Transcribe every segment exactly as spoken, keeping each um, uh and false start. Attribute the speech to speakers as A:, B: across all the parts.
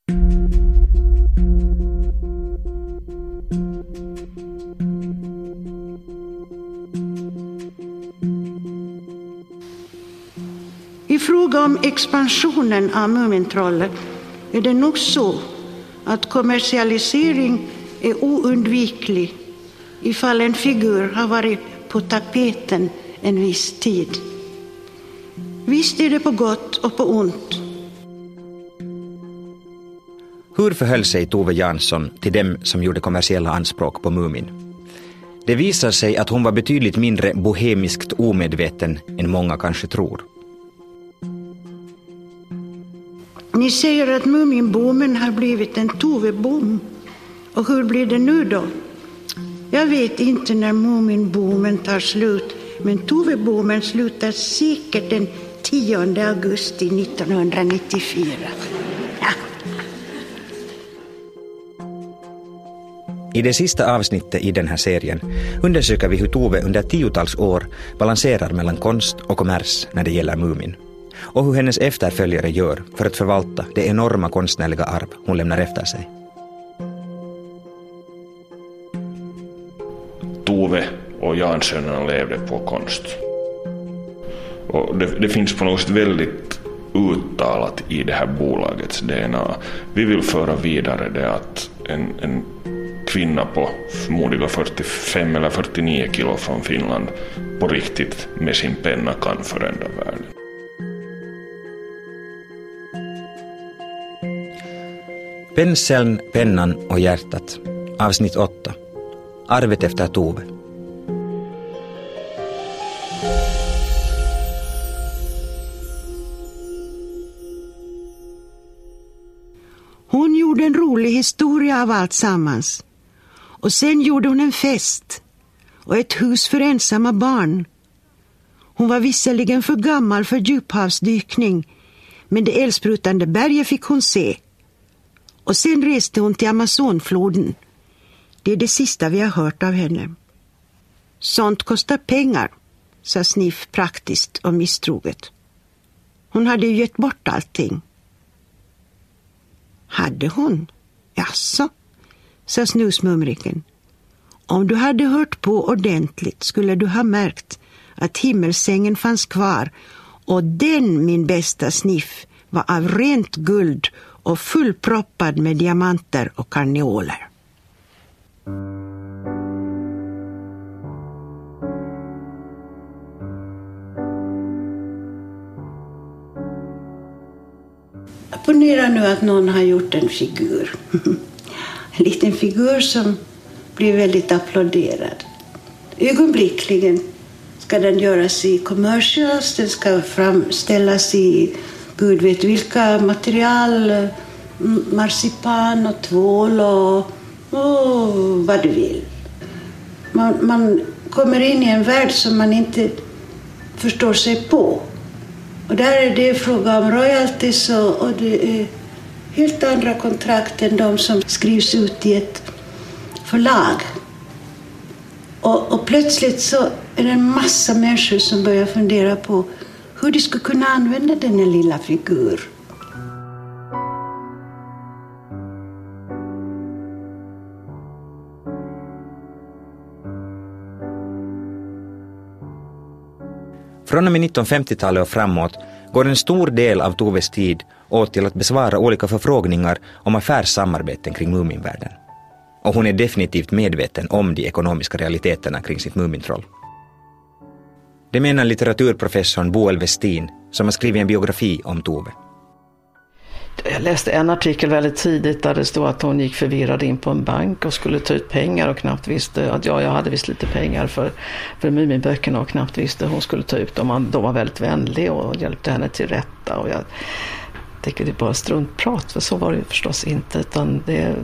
A: I fråga om expansionen av Mumintrollet är det nog så att kommersialisering är oundviklig ifall en figur har varit på tapeten en viss tid. Visst är det på gott och på ont.
B: Hur förhöll sig Tove Jansson till dem som gjorde kommersiella anspråk på Mumin? Det visar sig att hon var betydligt mindre bohemiskt omedveten än många kanske tror.
A: Ni säger att Muminboomen har blivit en Tove-boom. Och hur blir det nu då? Jag vet inte när Muminboomen tar slut, men Tove-boomen slutar säkert den tionde augusti nittonhundranittiofyra. Ja.
B: I det sista avsnittet i den här serien undersöker vi hur Tove under tiotals år balanserar mellan konst och kommers när det gäller Mumin. Och hur hennes efterföljare gör för att förvalta det enorma konstnärliga arv hon lämnar efter sig.
C: Tove och Jansson levde på konst. Och det, det finns på något sätt väldigt uttalat i det här bolagets D N A. Vi vill föra vidare det att en, en kvinna på förmodligen fyrtiofem eller fyrtionio kilo från Finland på riktigt med sin penna kan förändra världen.
B: Penseln, pennan och hjärtat. Avsnitt åtta. Arvet efter Tove.
A: Hon gjorde en rolig historia av allt sammans. Och sen gjorde hon en fest. Och ett hus för ensamma barn. Hon var visserligen för gammal för djuphavsdykning. Men det eldsprutande berget fick hon se. Och sen reste hon till Amazonfloden. Det är det sista vi har hört av henne. Sånt kostar pengar, sa Sniff praktiskt och misstroget. Hon hade ju gett bort allting. Hade hon? Jaså, sa snusmumriken. Om du hade hört på ordentligt skulle du ha märkt att himmelsängen fanns kvar, och den, min bästa Sniff, var av rent guld och fullproppad med diamanter och karneoler. Ponera nu att någon har gjort en figur. En liten figur som blir väldigt applåderad. Ögonblickligen ska den göras i commercials, den ska framställas i Gud vet vilka material, marsipan och tvål och, och vad du vill. Man, man kommer in i en värld som man inte förstår sig på. Och där är det fråga om royalties och, och det är helt andra kontrakt än de som skrivs ut i ett förlag. Och, och plötsligt så är det en massa människor som börjar fundera på hur de ska kunna använda den här lilla figur.
B: Från och med nittonhundrafemtiotalet och framåt går en stor del av Toves tid åt till att besvara olika förfrågningar om affärssamarbeten kring Muminvärlden. Och hon är definitivt medveten om de ekonomiska realiteterna kring sitt Mumintroll. Det menar litteraturprofessorn Boel Westin som har skrivit en biografi om Tove.
D: Jag läste en artikel väldigt tidigt där det stod att hon gick förvirrad in på en bank och skulle ta ut pengar och knappt visste att ja, jag hade visst lite pengar för, för Muminböckerna och knappt visste hon skulle ta ut dem. Man, de var väldigt vänlig och hjälpte henne till rätta, och jag tycker det är bara struntprat, för så var det förstås inte, utan det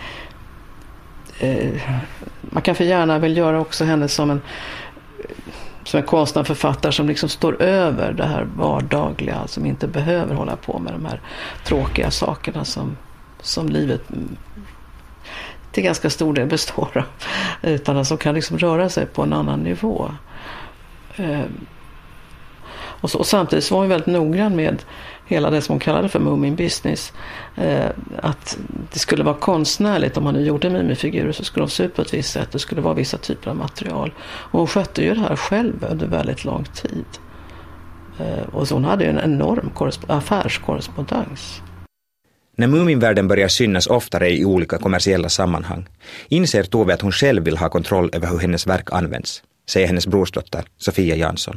D: eh, man kan för gärna väl göra också henne som en som en konstnärförfattare som liksom står över det här vardagliga, som inte behöver hålla på med de här tråkiga sakerna som, som livet till ganska stor del består av, utan som kan liksom röra sig på en annan nivå. Och, så, och samtidigt så var hon väldigt noggrann med hela det som hon kallade för Moomin business. Eh, att det skulle vara konstnärligt, om man nu gjorde mumifigurer så skulle de se ut på ett visst sätt. Det skulle vara vissa typer av material. Och hon skötte ju det här själv under väldigt lång tid. Eh, och så hon hade ju en enorm korresp- affärskorrespondens.
B: När Muminvärlden börjar synas oftare i olika kommersiella sammanhang inser Tove att hon själv vill ha kontroll över hur hennes verk används, säger hennes brorsdotter Sofia Jansson.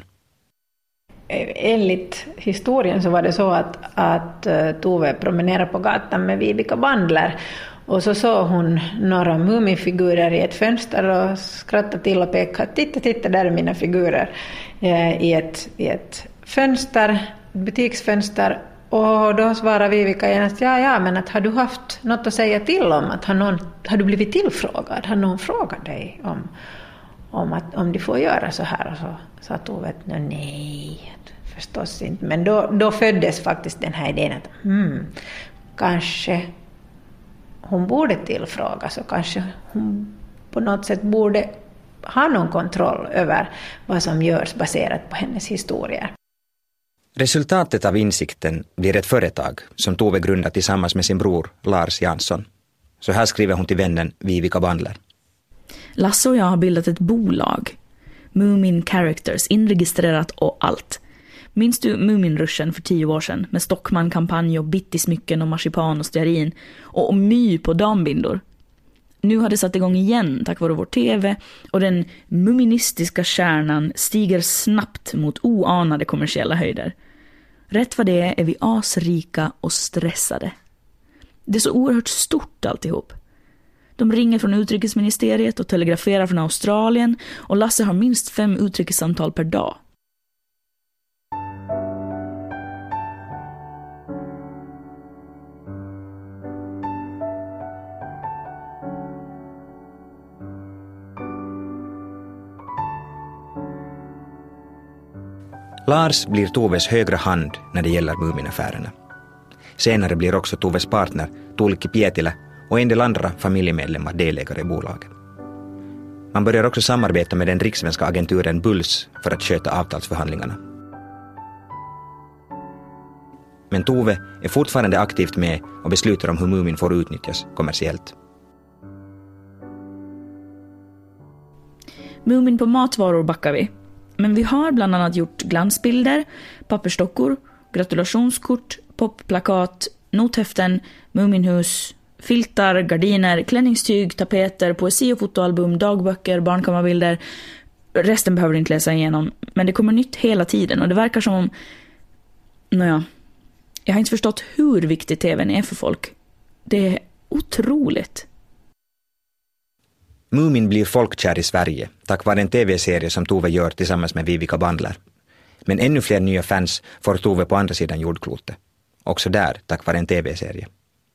E: Enligt historien så var det så att, att Tove promenerade på gatan med Vivica Bandler och så såg hon några mumifigurer i ett fönster och skrattade till och pekade, titta, titta, där är mina figurer i ett, i ett fönster, butiksfönster. Och då svarade Vivica genast, ja, ja, men att har du haft något att säga till om? Att har, någon, har du blivit tillfrågad? Har någon frågat dig om, om, att, om de får göra så här? Och så sa Tove, nej, förstås inte. Men då, då föddes faktiskt den här idén att hmm, kanske hon borde tillfrågas och kanske hon på något sätt borde ha någon kontroll över vad som görs baserat på hennes historier.
B: Resultatet av insikten blir ett företag som Tove grundat tillsammans med sin bror Lars Jansson. Så här skriver hon till vännen Vivica Bandler.
F: Lasse och jag har bildat ett bolag. Moomin Characters, inregistrerat och allt. Minns du Muminruschen för tio år sedan med Stockman-kampanj och bittismycken och marsipan och stearin och my på dambindor? Nu har det satt igång igen tack vare vår tv och den muministiska kärnan stiger snabbt mot oanade kommersiella höjder. Rätt vad det är är vi asrika och stressade. Det är så oerhört stort alltihop. De ringer från utrikesministeriet och telegraferar från Australien och Lasse har minst fem utrikessamtal per dag.
B: Lars blir Toves högra hand när det gäller Muminaffärerna. Senare blir också Toves partner, Tuulikki Pietilä, och en del andra familjemedlemmar delägare i bolaget. Man börjar också samarbeta med den rikssvenska agenturen Bulls för att sköta avtalsförhandlingarna. Men Tove är fortfarande aktivt med och beslutar om hur Mumin får utnyttjas kommersiellt.
F: Mumin på matvaror backar vi. Men vi har bland annat gjort glansbilder, pappersdockor, gratulationskort, popplakat, nothäften, Muminhus, filtar, gardiner, klänningstyg, tapeter, poesi- och fotoalbum, dagböcker, barnkammarbilder. Resten behöver du inte läsa igenom, men det kommer nytt hela tiden och det verkar som om... Nåja, jag har inte förstått hur viktig tvn är för folk. Det är otroligt.
B: Mumin blir folkkär i Sverige tack vare en tv-serie som Tove gör tillsammans med Vivica Bandler. Men ännu fler nya fans får Tove på andra sidan jordklotet. Också där tack vare en tv-serie.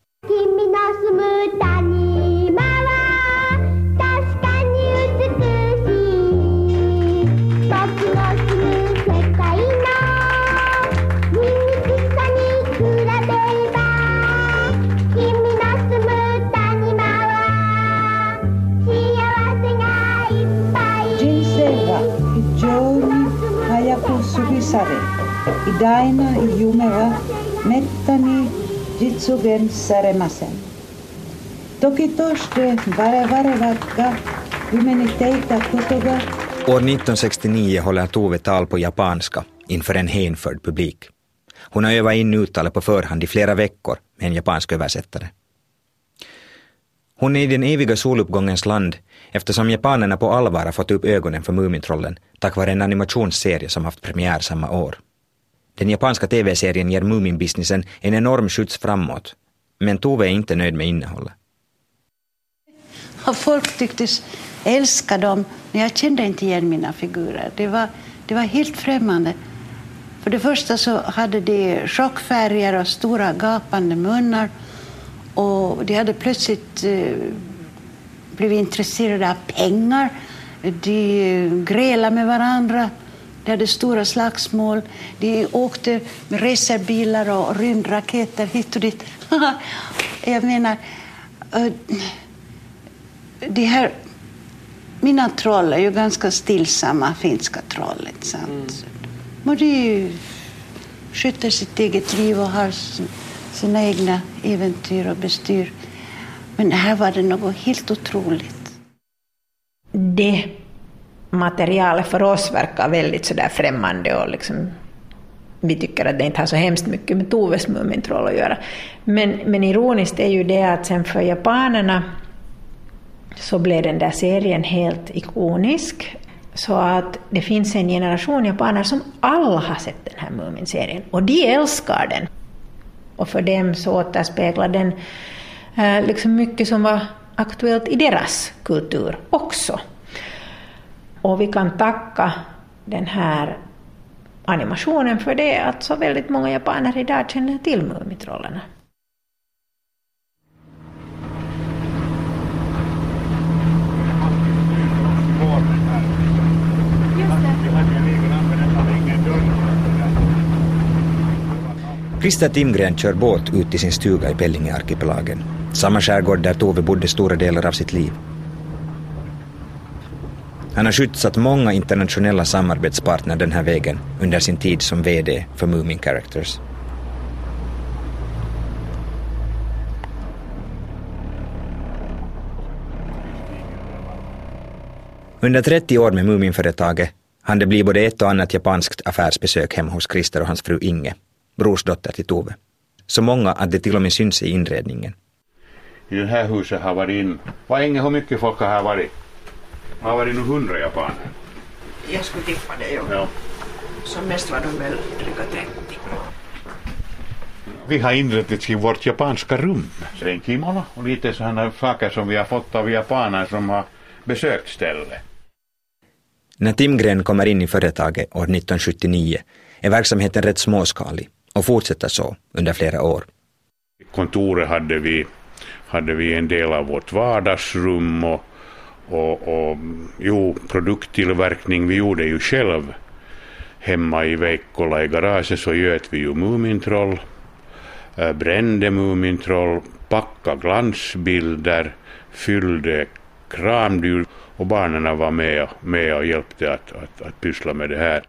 A: Idaina jumeva mettani jitsugen saremasen. Toki toste vare vare vakka humaniteita kotoga.
B: År nittonhundrasextionio håller Tove tal på japanska inför en hänförd publik. Hon har övat in uttalet på förhand i flera veckor med en japansk översättare. Hon är i den eviga soluppgångens land eftersom japanerna på allvar har fått upp ögonen för Mumintrollen tack vare en animationsserie som haft premiär samma år. Den japanska tv-serien ger Mumin-businessen en enorm skjuts framåt, men Tove är inte nöjd med innehållet.
A: Och folk tycktes älska dem, men jag kände inte igen mina figurer. Det var, det var helt främmande. För det första så hade de chockfärger och stora gapande munnar. Och de hade plötsligt eh, blivit intresserade av pengar. De grälade med varandra. De hade stora slagsmål. De åkte med racerbilar och rymdraketer hit och dit. Jag menar, uh, det här, mina troll är ju ganska stillsamma finska troll, inte sant? Mm. Och det är ju sköter sitt eget liv och har sina egna äventyr och bestyr. Men här var det något helt otroligt.
E: Det materialet för oss verkar väldigt så där främmande och liksom, vi tycker att det inte har så hemskt mycket med Toves Mumintroll att göra. Men, men ironiskt är ju det att sen för japanerna så blev den där serien helt ikonisk. Så att det finns en generation japaner som alla har sett den här Mumin-serien. Och de älskar den. Och för dem så återspeglar den eh, liksom mycket som var aktuellt i deras kultur också. Och vi kan tacka den här animationen för det att så väldigt många japaner idag känner till Mumintrollerna.
B: Christer Timgren kör båt ut till sin stuga i Pellinge-arkipelagen. Samma skärgård där Tove bodde stora delar av sitt liv. Han har skjutsat många internationella samarbetspartner den här vägen under sin tid som vd för Moomin Characters. Under trettio år med Moomin-företaget hann det bli både ett och annat japanskt affärsbesök hemma hos Christer och hans fru Inge, brorsdotter till Tove. Så många att det till och med syns i inredningen.
G: I det här huset har varit in... Vad Inge, hur mycket folk har här varit? Har varit nog hundra japaner.
D: Jag skulle tippa det, jo.
G: Ja.
D: Som mest var de väl dryga trettio.
G: Vi har inrättat i vårt japanska rum. Renkimono och lite sådana saker som vi har fått av japaner som har besökt stället.
B: När Timgren kommer in i företaget år nittonhundrasjuttionio är verksamheten rätt småskalig och fortsätter så under flera år.
G: I kontoret hade vi, hade vi en del av vårt vardagsrum och, och, och jo, produkttillverkning. Vi gjorde ju själv hemma i Veikkola i garaget, så göt vi ju Mumintroll, brände Mumintroll, packa glansbilder, fyllde kramdyr och barnen var med, med och hjälpte att, att, att pyssla med det här.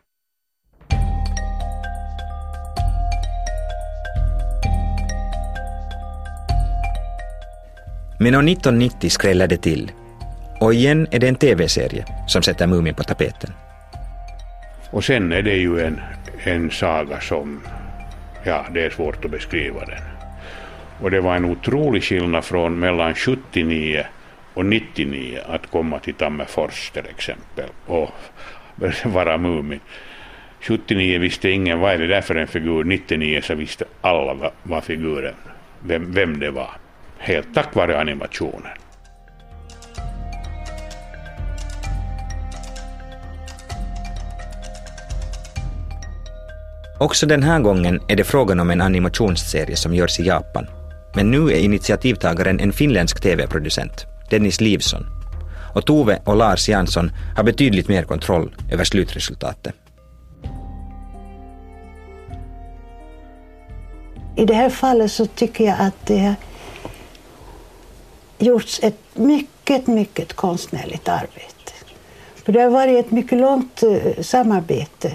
B: Men år nittonhundranittio skräller det till. Och igen är det en tv-serie som sätter Mumin på tapeten.
G: Och sen är det ju en, en saga som, ja, det är svårt att beskriva den. Och det var en otrolig skillnad från mellan sjuttionio och nittionio att komma till Tammerfors till exempel och vara Mumin. sjuttionio visste ingen vad är det där för en figur, nittionio så visste alla vad, vad figuren, vem, vem det var. Helt tack vare animationen.
B: Också den här gången är det frågan om en animationsserie som görs i Japan. Men nu är initiativtagaren en finländsk tv-producent, Dennis Livsson. Och Tove och Lars Jansson har betydligt mer kontroll över slutresultatet.
A: I det här fallet så tycker jag att det har gjorts ett mycket, mycket konstnärligt arbete. För det har varit ett mycket långt uh, samarbete.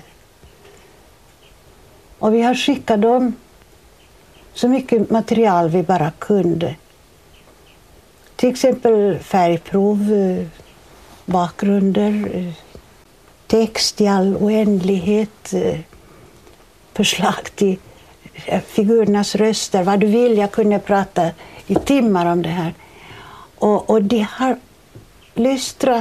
A: Och vi har skickat dem så mycket material vi bara kunde. Till exempel färgprov, uh, bakgrunder, uh, text i all oändlighet, uh, förslag till uh, figurernas röster, vad du vill. Jag kunde prata i timmar om det här. Och, och det har lystrat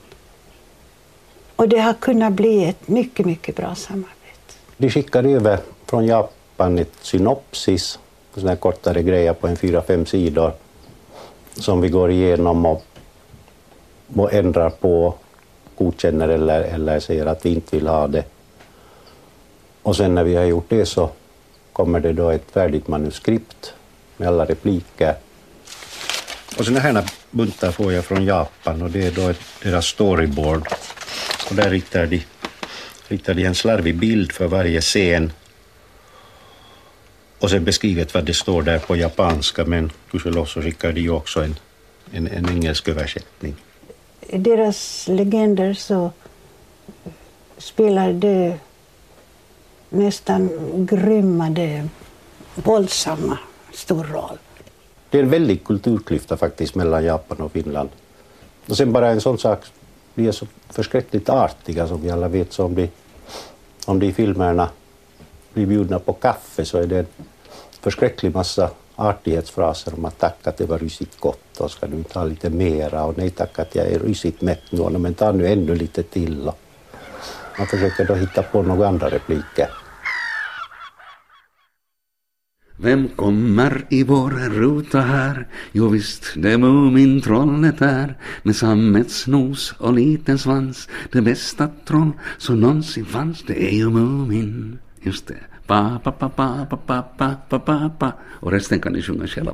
A: och det har kunnat bli ett mycket, mycket bra samarbete.
H: De skickade över från Japan ett synopsis, sådana här kortare grejer på en fyra, fem sidor som vi går igenom och, och ändrar på, godkänner eller, eller säger att vi inte vill ha det. Och sen när vi har gjort det så kommer det då ett färdigt manuskript med alla repliker. Och sådana här buntar får jag från Japan och det är då ett, deras storyboard. Och där ritar de, ritar de en slarvig bild för varje scen. Och sen beskrivet vad det står där på japanska, men gudskelov så skickar de ju också en, en, en engelsk översättning.
A: I deras legender så spelar det nästan grymmade, våldsamma, stor roll.
H: Det är en väldig kulturklyfta faktiskt mellan Japan och Finland. Och sen bara en sån sak, vi är så förskräckligt artiga som vi alla vet, så om de, om de i filmerna blir bjudna på kaffe så är det en förskräcklig massa artighetsfraser om att tack att det var rysigt gott och ska du ta lite mera och nej tack att jag är rysigt mätt nu men ta nu ännu lite till. Man försöker då hitta på några andra repliker.
I: Vem kommer i vår ruta här? Jo visst, det är Mumintrollet här. Med sammetsnos och liten svans. Det bästa troll som någonsin fanns, det är ju Mumin. Just det. Pa, pa, pa, pa, pa, pa, pa, pa, pa, pa. Och resten kan ni sjunga själva.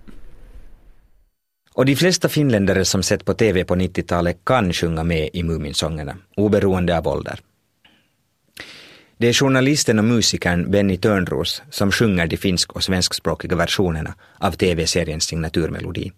B: Och de flesta finländare som sett på tv på nittiotalet kan sjunga med i Muminsångerna, oberoende av ålder. Det är journalisten och musikern Benny Törnros som sjunger de finsk- och svenskspråkiga versionerna av tv-seriens signaturmelodi.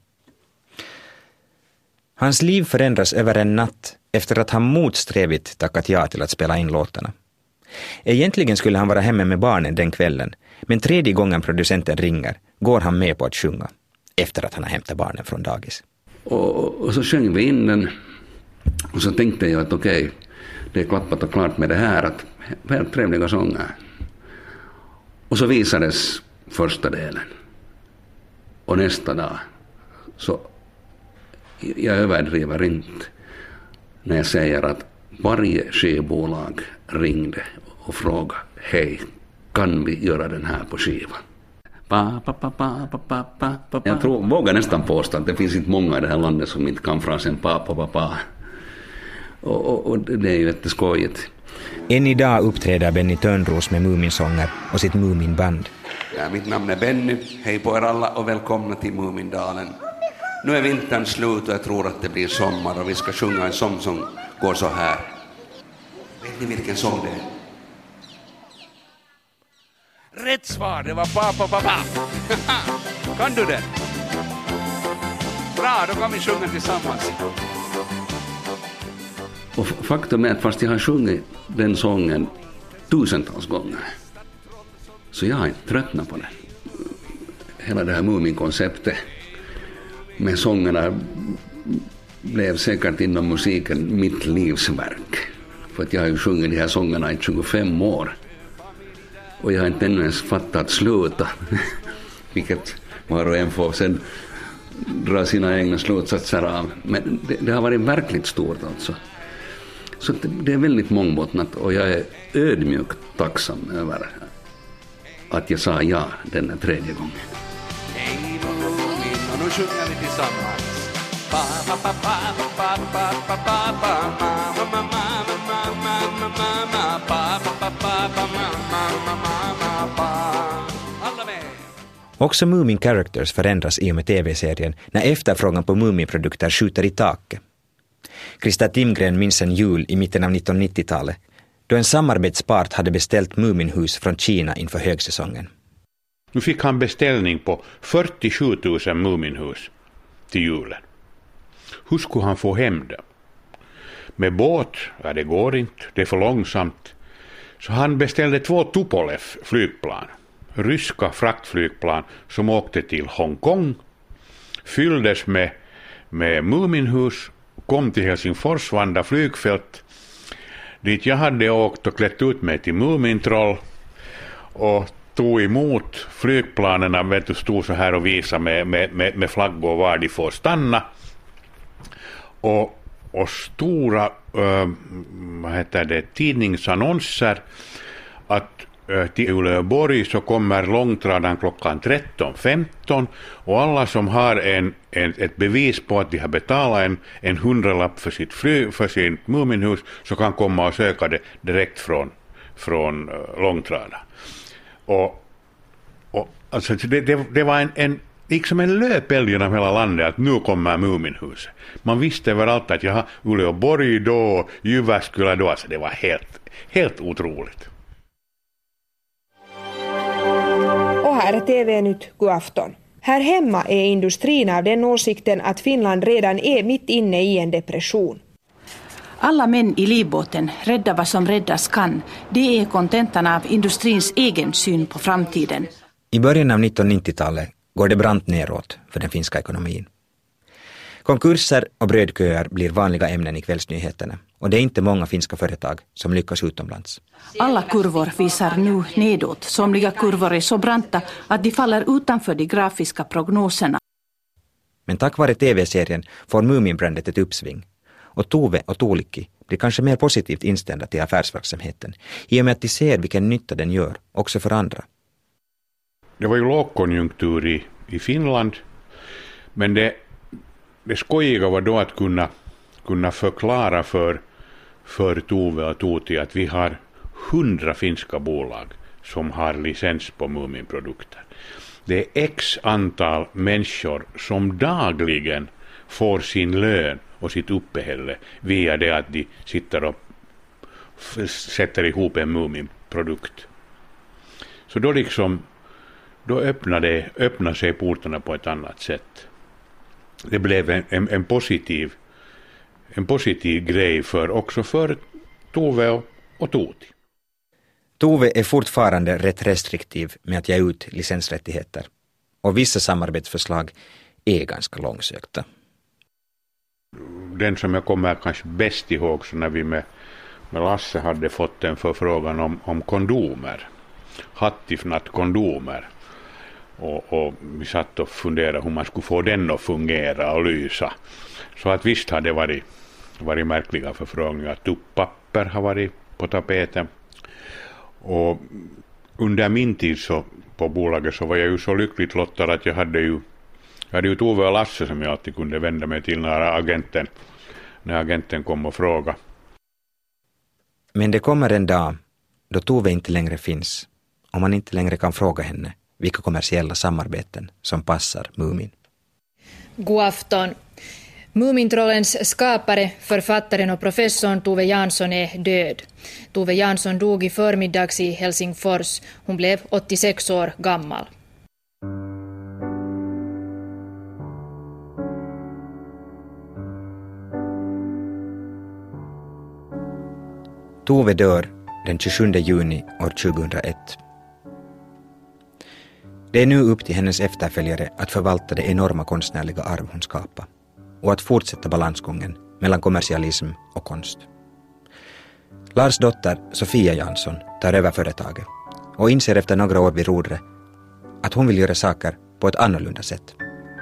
B: Hans liv förändras över en natt efter att han motsträvigt tackat ja till att spela in låtarna. Egentligen skulle han vara hemma med barnen den kvällen, men tredje gången producenten ringer går han med på att sjunga, efter att han har hämtat barnen från dagis.
I: Och, och så sjöng vi in den, och så tänkte jag att okej, okay, det är klappat och klart med det här, att väldigt trevliga sånger. Och så visades första delen. Och nästa dag, så jag överdriver inte när jag säger att varje skivbolag ringde och frågade, hej, kan vi göra den här på skivan? Pa, pa, pa, pa, pa, pa, pa, pa. Jag tror, vågar nästan påstå att det finns inte många i det här landet som inte kan frasen pa, pa, pa, pa. Och, och, och det är ju jätteskojigt.
B: Än idag uppträder Benny Törnros med Muminsånger och sitt Muminband.
I: Ja, mitt namn är Benny. Hej på er alla och välkomna till Mumindalen. Nu är vintern slut och jag tror att det blir sommar och vi ska sjunga en sång som går så här. Vet ni vilken sång det är? Rätt svar, det var pa pa pa pa. Kan du den? Bra, då kan vi sjunga tillsammans. Och faktum är att fast jag har sjungit den sången tusentals gånger, så jag har inte tröttnat på den. Hela det här Mumin-konceptet med sångerna blev säkert inom musiken mitt livsverk. För att jag har ju sjungit de här sångerna i tjugofem år. Och jag har inte ännu ens fattat att sluta. Vilket var och en får sen dra sina egna slutsatser av. Men det, det har varit verkligt stort alltså. Så det, det är väldigt mångbottnat och jag är ödmjukt tacksam över att jag sa ja den här tredje gången. Hej Mumin, och nu sjunger vi tillsammans. Pa pa pa pa pa pa pa pa pa ma ma ma ma ma ma ma pa pa pa pa ma ma ma ma pa. Alla med.
B: Också Mumin Characters förändras i och med tv-serien när efterfrågan på Mumin-produkter skjuter i taket. Krista Timgren minns en jul i mitten av nittonhundranittiotalet då en samarbetspart hade beställt Muminhus från Kina inför högsäsongen.
G: Nu fick han beställning på fyrtiosju tusen Muminhus till julen. Hur skulle han få hem dem? Med båt? Ja, det går inte. Det är för långsamt. Så han beställde två Tupolev-flygplan. Ryska fraktflygplan som åkte till Hongkong. Fylldes med, med Muminhus. Kom till Helsingfors Vanda flygfält. Dit jag hade åkt och klätt ut mig till Mumintroll. Och tog emot flygplanerna. Vet du, stod så här och visade med, med, med, med flaggor var de får stanna. Och, och stora äh, vad heter det, tidningsannonser att äh, till Uleåborg så kommer långtradaren klockan tretton femton och alla som har en, en, ett bevis på att de har betalat en, en hundralapp för sitt fly, för sin Muminhus så kan komma och söka det direkt från, från äh, långtradaren. Och, och alltså det, det, det var en, en liksom en löpeld genom hela landet att nu kommer Muminhuset. Man visste överallt att jag har Uleåborg då, Jyväskylä då, alltså det var helt, helt otroligt.
J: Och här är T V-nytt god afton. Här hemma är industrin av den åsikten att Finland redan är mitt inne i en depression.
K: Alla män i livbåten rädda vad som räddas kan. Det är kontentan av industrins egen syn på framtiden.
B: I början av nittonhundranittiotalet går det brant neråt för den finska ekonomin. Konkurser och brödköer blir vanliga ämnen i kvällsnyheterna och det är inte många finska företag som lyckas utomlands.
K: Alla kurvor visar nu nedåt. Somliga kurvor är så branta att de faller utanför de grafiska prognoserna.
B: Men tack vare tv-serien får Muminbrändet ett uppsving. Och Tove och Tuulikki blir kanske mer positivt inställda till affärsverksamheten i och med att de ser vilken nytta den gör också för andra.
G: Det var ju lågkonjunktur i, i Finland, men det, det skojiga var då att kunna, kunna förklara för, för Tove och Tuuti att vi har hundra finska bolag som har licens på Muminprodukter. Det är x antal människor som dagligen får sin lön och sitt uppehälle via det att de sitter och f- sätter ihop en Muminprodukt. Så då liksom då öppnade, öppnade sig portarna på ett annat sätt. Det blev en, en, en, positiv, en positiv grej för, också för Tove och, och Tuuti.
B: Tove är fortfarande rätt restriktiv med att ge ut licensrättigheter. Och vissa samarbetsförslag är ganska långsökta.
G: Den som jag kommer kanske bäst ihåg så när vi med, med Lasse hade fått en förfrågan om, om kondomer. Hattifnatt kondomer. Och, och vi satt och funderade hur man skulle få den att fungera och lysa. Så att visst hade det varit, varit märkliga förfrågningar. Tuppapper har varit på tapeten. Och under min tid så, på bolaget så var jag ju så lyckligt lottad att jag hade ju, jag hade ju Tove och Lasse som jag alltid kunde vända mig till när agenten, när agenten kom och fråga.
B: Men det kommer en dag då Tove inte längre finns och man inte längre kan fråga henne vilka kommersiella samarbeten som passar Mumin.
L: God afton. Mumintrollens skapare, författaren och professorn Tove Jansson är död. Tove Jansson dog i förmiddags i Helsingfors. Hon blev åttiosex år gammal.
B: Tove dör den tjugosjunde juni år tjugohundraett. Det är nu upp till hennes efterföljare att förvalta det enorma konstnärliga arv hon skapar och att fortsätta balansgången mellan kommersialism och konst. Lars dotter Sofia Jansson tar över företaget och inser efter några år vid rodret att hon vill göra saker på ett annorlunda sätt.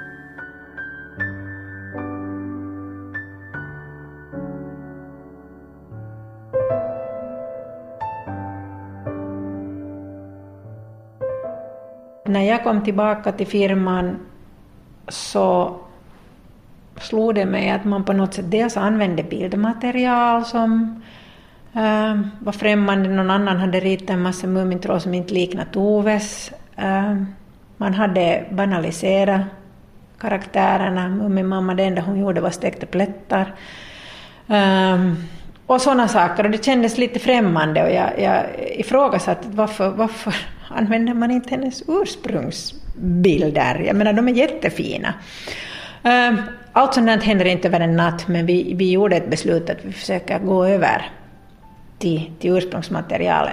E: När jag kom tillbaka till firman så slog det mig att man på något sätt dels använde bildmaterial som äh, var främmande. Någon annan hade ritat en massa Mumintroll som inte liknade Toves. Äh, man hade banaliserat karaktärerna. Muminmamma, det enda hon gjorde var stekta plättar. Äh, och sådana saker. Och det kändes lite främmande och jag, jag ifrågasatte varför, varför använder man inte hennes ursprungsbilder. Jag menar, de är jättefina. Uh, allt sånt här händer inte över en natt, men vi, vi gjorde ett beslut att vi försöker gå över till, till ursprungsmaterialet.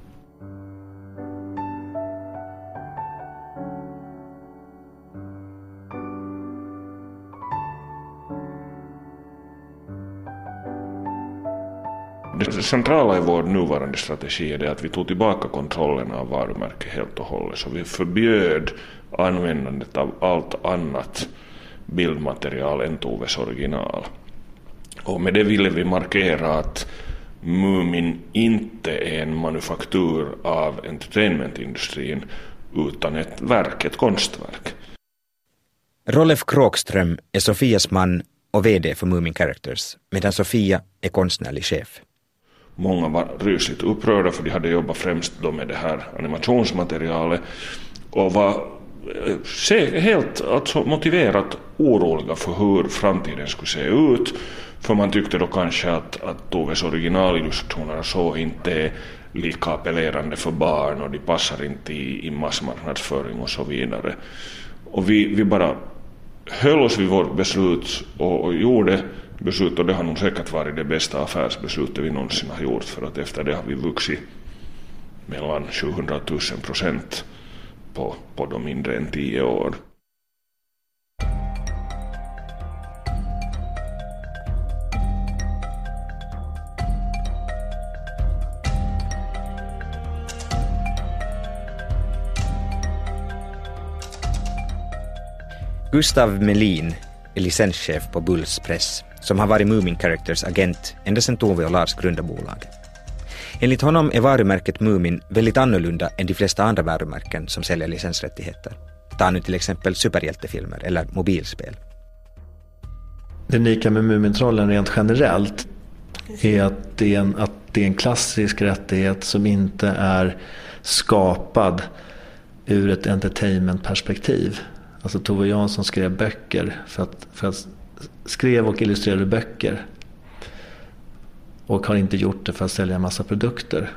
C: Det centrala i vår nuvarande strategi är det att vi tog tillbaka kontrollen av varumärket helt och hållet. Så vi förbjöd användandet av allt annat bildmaterial än Toves original. Och med det ville vi markera att Mumin inte är en manufaktur av entertainmentindustrin utan ett verk, ett konstverk.
B: Rolf Kråkström är Sofias man och vd för Mumin Characters, medan Sofia är konstnärlig chef.
C: Många var rysligt upprörda för de hade jobbat främst då med det här animationsmaterialet och var helt alltså, motiverat oroliga för hur framtiden skulle se ut. För man tyckte då kanske att, att Toves originalillustrationer så inte är lika appellerande för barn och de passar inte i, i massmarknadsföring och så vidare. Och vi, vi bara höll oss vid vårt beslut och, och gjorde beslut, och det har nog säkert varit det bästa affärsbeslutet vi någonsin har gjort, för att efter det har vi vuxit mellan sjuhundratusen procent på, på de mindre än tio år.
B: Gustav Melin är licenschef på Bulls Press, som har varit Moomin Characters agent ända sedan Tove och Lars grundade bolaget. Enligt honom är varumärket Moomin väldigt annorlunda än de flesta andra varumärken som säljer licensrättigheter. Ta nu till exempel superhjältefilmer eller mobilspel.
M: Det unika med Mumintrollen rent generellt är att det är, en, att det är en klassisk rättighet som inte är skapad ur ett entertainmentperspektiv. Alltså Tove Jansson skrev böcker för att, för att skrev och illustrerade böcker och har inte gjort det för att sälja en massa produkter.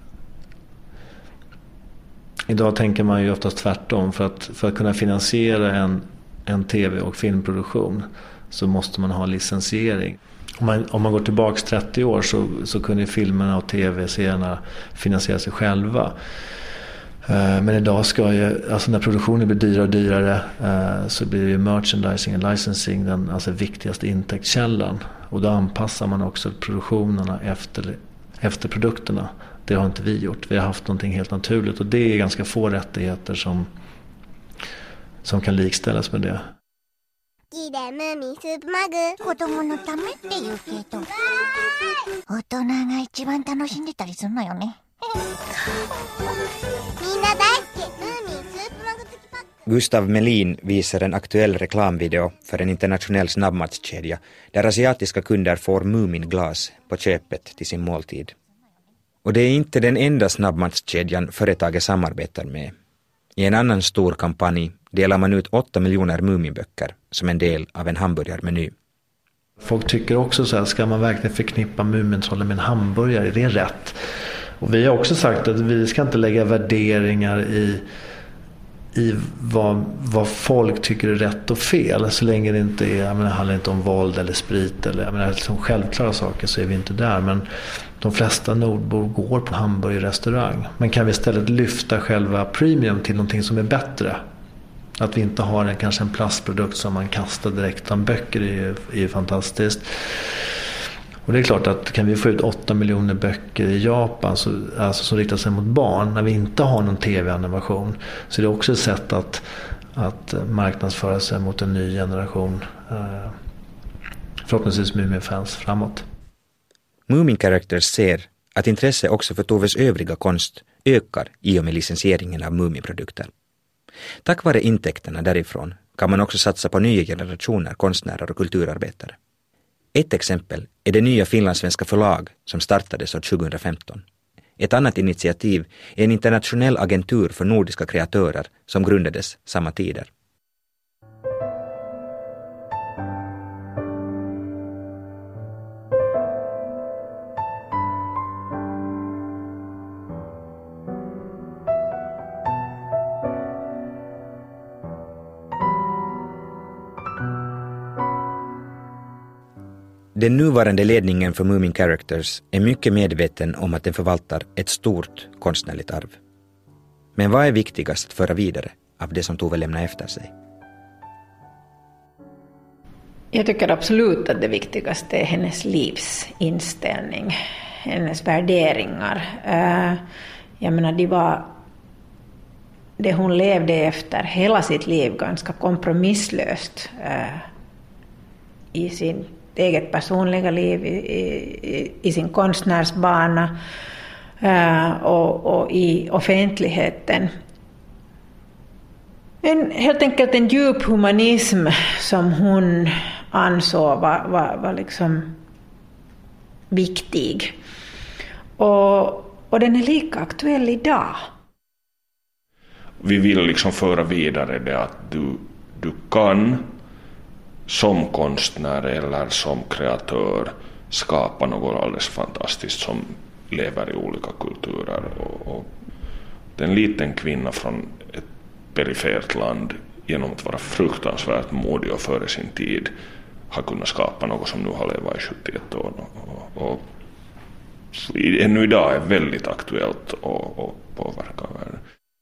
M: Idag tänker man ju oftast tvärtom. För att, för att kunna finansiera en, en tv- och filmproduktion så måste man ha licensiering. Om man, om man går tillbaka trettio år så, så kunde filmerna och tv-serierna finansiera sig själva. Men idag ska ju, alltså när produktionen blir dyrare och dyrare så blir ju merchandising och licensing den alltså viktigaste intäktskällan. Och då anpassar man också produktionerna efter, efter produkterna. Det har inte vi gjort. Vi har haft någonting helt naturligt och det är ganska få rättigheter som, som kan likställas med det.
B: Gustav Melin visar en aktuell reklamvideo för en internationell snabbmatskedja där asiatiska kunder får Moomin-glas på köpet till sin måltid. Och det är inte den enda snabbmatskedjan företaget samarbetar med. I en annan stor kampanj delar man ut åtta miljoner Moomin-böcker som en del av en hamburgarmeny.
M: Folk tycker också så här, ska man verkligen förknippa Mumintrollen med en hamburgare? Är det rätt? Och vi har också sagt att vi ska inte lägga värderingar i, i vad, vad folk tycker är rätt och fel. Så länge det inte är, jag menar, handlar inte om våld eller sprit eller jag menar, som självklara saker så är vi inte där. Men de flesta nordbor går på hamburgerrestaurang. Men kan vi istället lyfta själva premium till någonting som är bättre? Att vi inte har en, kanske en plastprodukt som man kastar direkt om böcker är ju, är ju fantastiskt. Och det är klart att kan vi få ut åtta miljoner böcker i Japan så, alltså som riktar sig mot barn när vi inte har någon tv-animation så är det också ett sätt att, att marknadsföra sig mot en ny generation eh, förhoppningsvis Mumin-fans framåt.
B: Moomin Characters ser att intresse också för Toves övriga konst ökar i och med licensieringen av Moomin-produkter. Tack vare intäkterna därifrån kan man också satsa på nya generationer konstnärer och kulturarbetare. Ett exempel är det nya finlandssvenska förlag som startades år tjugohundrafemton. Ett annat initiativ är en internationell agentur för nordiska kreatörer som grundades samma tider. Den nuvarande ledningen för Moomin Characters är mycket medveten om att den förvaltar ett stort konstnärligt arv. Men vad är viktigast att föra vidare av det som Tove lämnar efter sig?
E: Jag tycker absolut att det viktigaste är hennes livsinställning, hennes värderingar. Jag menar, det var det hon levde efter hela sitt liv ganska kompromisslöst i sin eget personliga liv, i, i, i sin konstnärsbana uh, och, och i offentligheten. En, helt enkelt en djup humanism som hon ansåg var, var, var liksom viktig. Och, och den är lika aktuell idag.
C: Vi vill liksom föra vidare det att du, du kan som konstnär eller som kreatör skapa något alldeles fantastiskt som lever i olika kulturer. Och, och en liten kvinna från ett perifert land genom att vara fruktansvärt modig och före sin tid har kunnat skapa något som nu har levat i sjuttioett år och, och, och ännu idag är väldigt aktuellt och, och påverkar världen.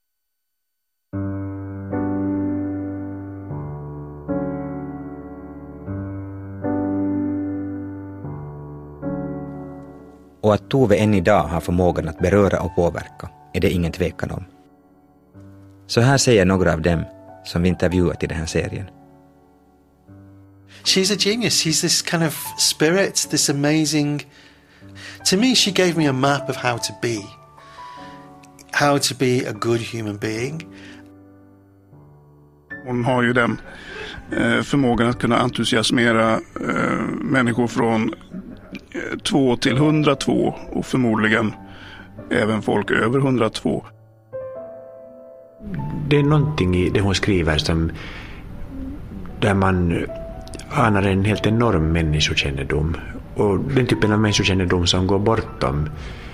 B: Och att Tove än idag har förmågan att beröra och påverka är det ingen tvekan om. Så här säger några av dem som vi intervjuat i den här serien.
N: She's a genius. She's this kind of spirit, this amazing... To me, she gave me a map of how to be. How to be a good human being.
O: Hon har ju den eh, förmågan att kunna entusiasmera eh, människor från eh, två till hundratvå och förmodligen även folk över hundratvå.
P: Det är någonting i det hon skriver som där man anar en helt enorm människokännedom och den typen av människokännedom som går bortom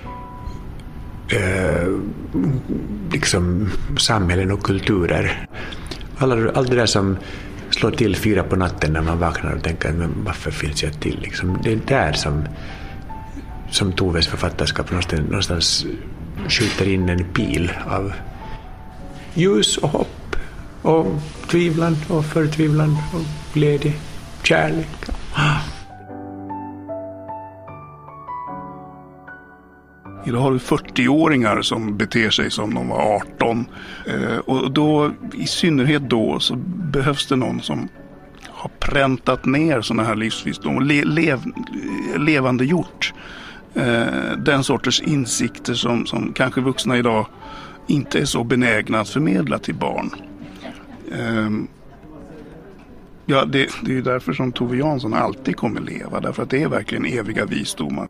P: eh, liksom samhällen och kulturer. Alla, allt det där som slår till fyra på natten när man vaknar och tänker men varför finns jag till? Liksom, det är där som, som Toves författarskap någonstans, någonstans skjuter in en pil av ljus och hopp och tvivlan och förtvivlan och glädje, kärlek.
O: Idag har du fyrtioåringar som beter sig som de var arton. Eh, och då, i synnerhet då, så behövs det någon som har präntat ner sådana här livsvisdom och le, lev, levande gjort. Eh, den sorters insikter som, som kanske vuxna idag inte är så benägna att förmedla till barn. Eh, ja, det, det är ju därför som Tove Jansson alltid kommer leva. Därför att det är verkligen eviga visdomar.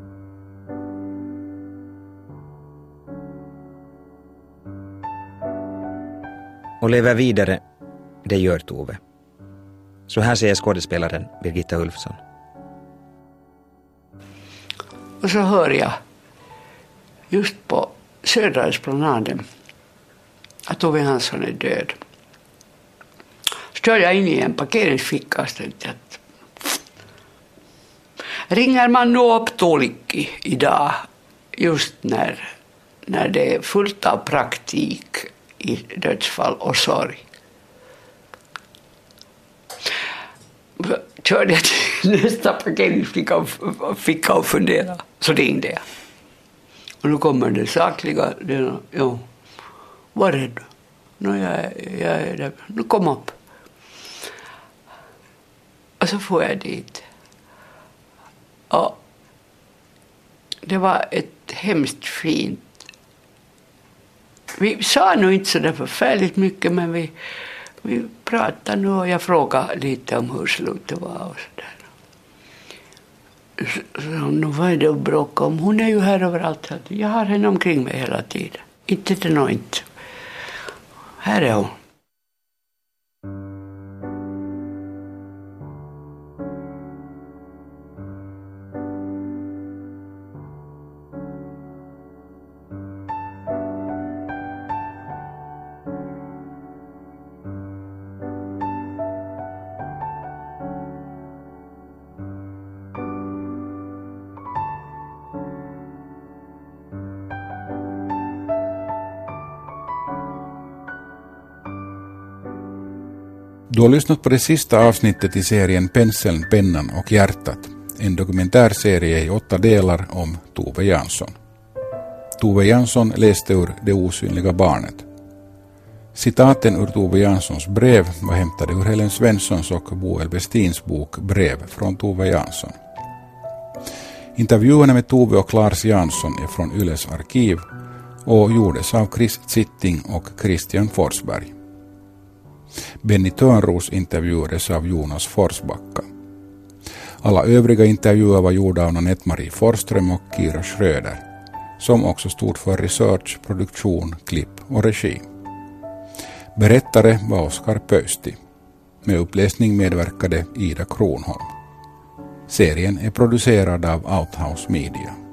B: Och lever vidare, det gör Tove. Så här säger skådespelaren Birgitta Ulfsson.
Q: Och så hör jag just på Södra Esplanaden att Tove Jansson är död. Så kör jag in i en parkeringsficka och tänkte att ringer man nu upp Tuolikki idag just när, när det är fullt av praktik i dödsfall och sorg. Körde jag till nästa parkeringsficka och fick och fundera. Så ringde jag. Och nu kommer det sakliga. Det, ja, var är du? Nu jag, jag är där. Nu kom upp. Och så får jag dit. Och det var ett hemskt fint. Vi sa nog inte så där förfärligt mycket, men vi, vi pratade nu och jag frågade lite om hur slutet var och sådär. Så, så nu var det att bråka om. Hon är ju här överallt. Jag har henne omkring mig hela tiden. Inte det nog inte. Här är hon.
R: Du har lyssnat på det sista avsnittet i serien Penseln, pennan och hjärtat. En dokumentärserie i åtta delar om Tove Jansson. Tove Jansson läste ur Det osynliga barnet. Citaten ur Tove Janssons brev var hämtade ur Helen Svenssons och Boel Bestins bok Brev från Tove Jansson. Intervjuerna med Tove och Lars Jansson är från Yles arkiv och gjordes av Chris Zitting och Christian Forsberg. Benny Törnros intervjuades av Jonas Forsbacka. Alla övriga intervjuer var gjorda av Nanette-Marie Forsström och Kira Schröder, som också stod för research, produktion, klipp och regi. Berättare var Oskar Pöysti. Med uppläsning medverkade Ida Kronholm. Serien är producerad av Outhouse Media.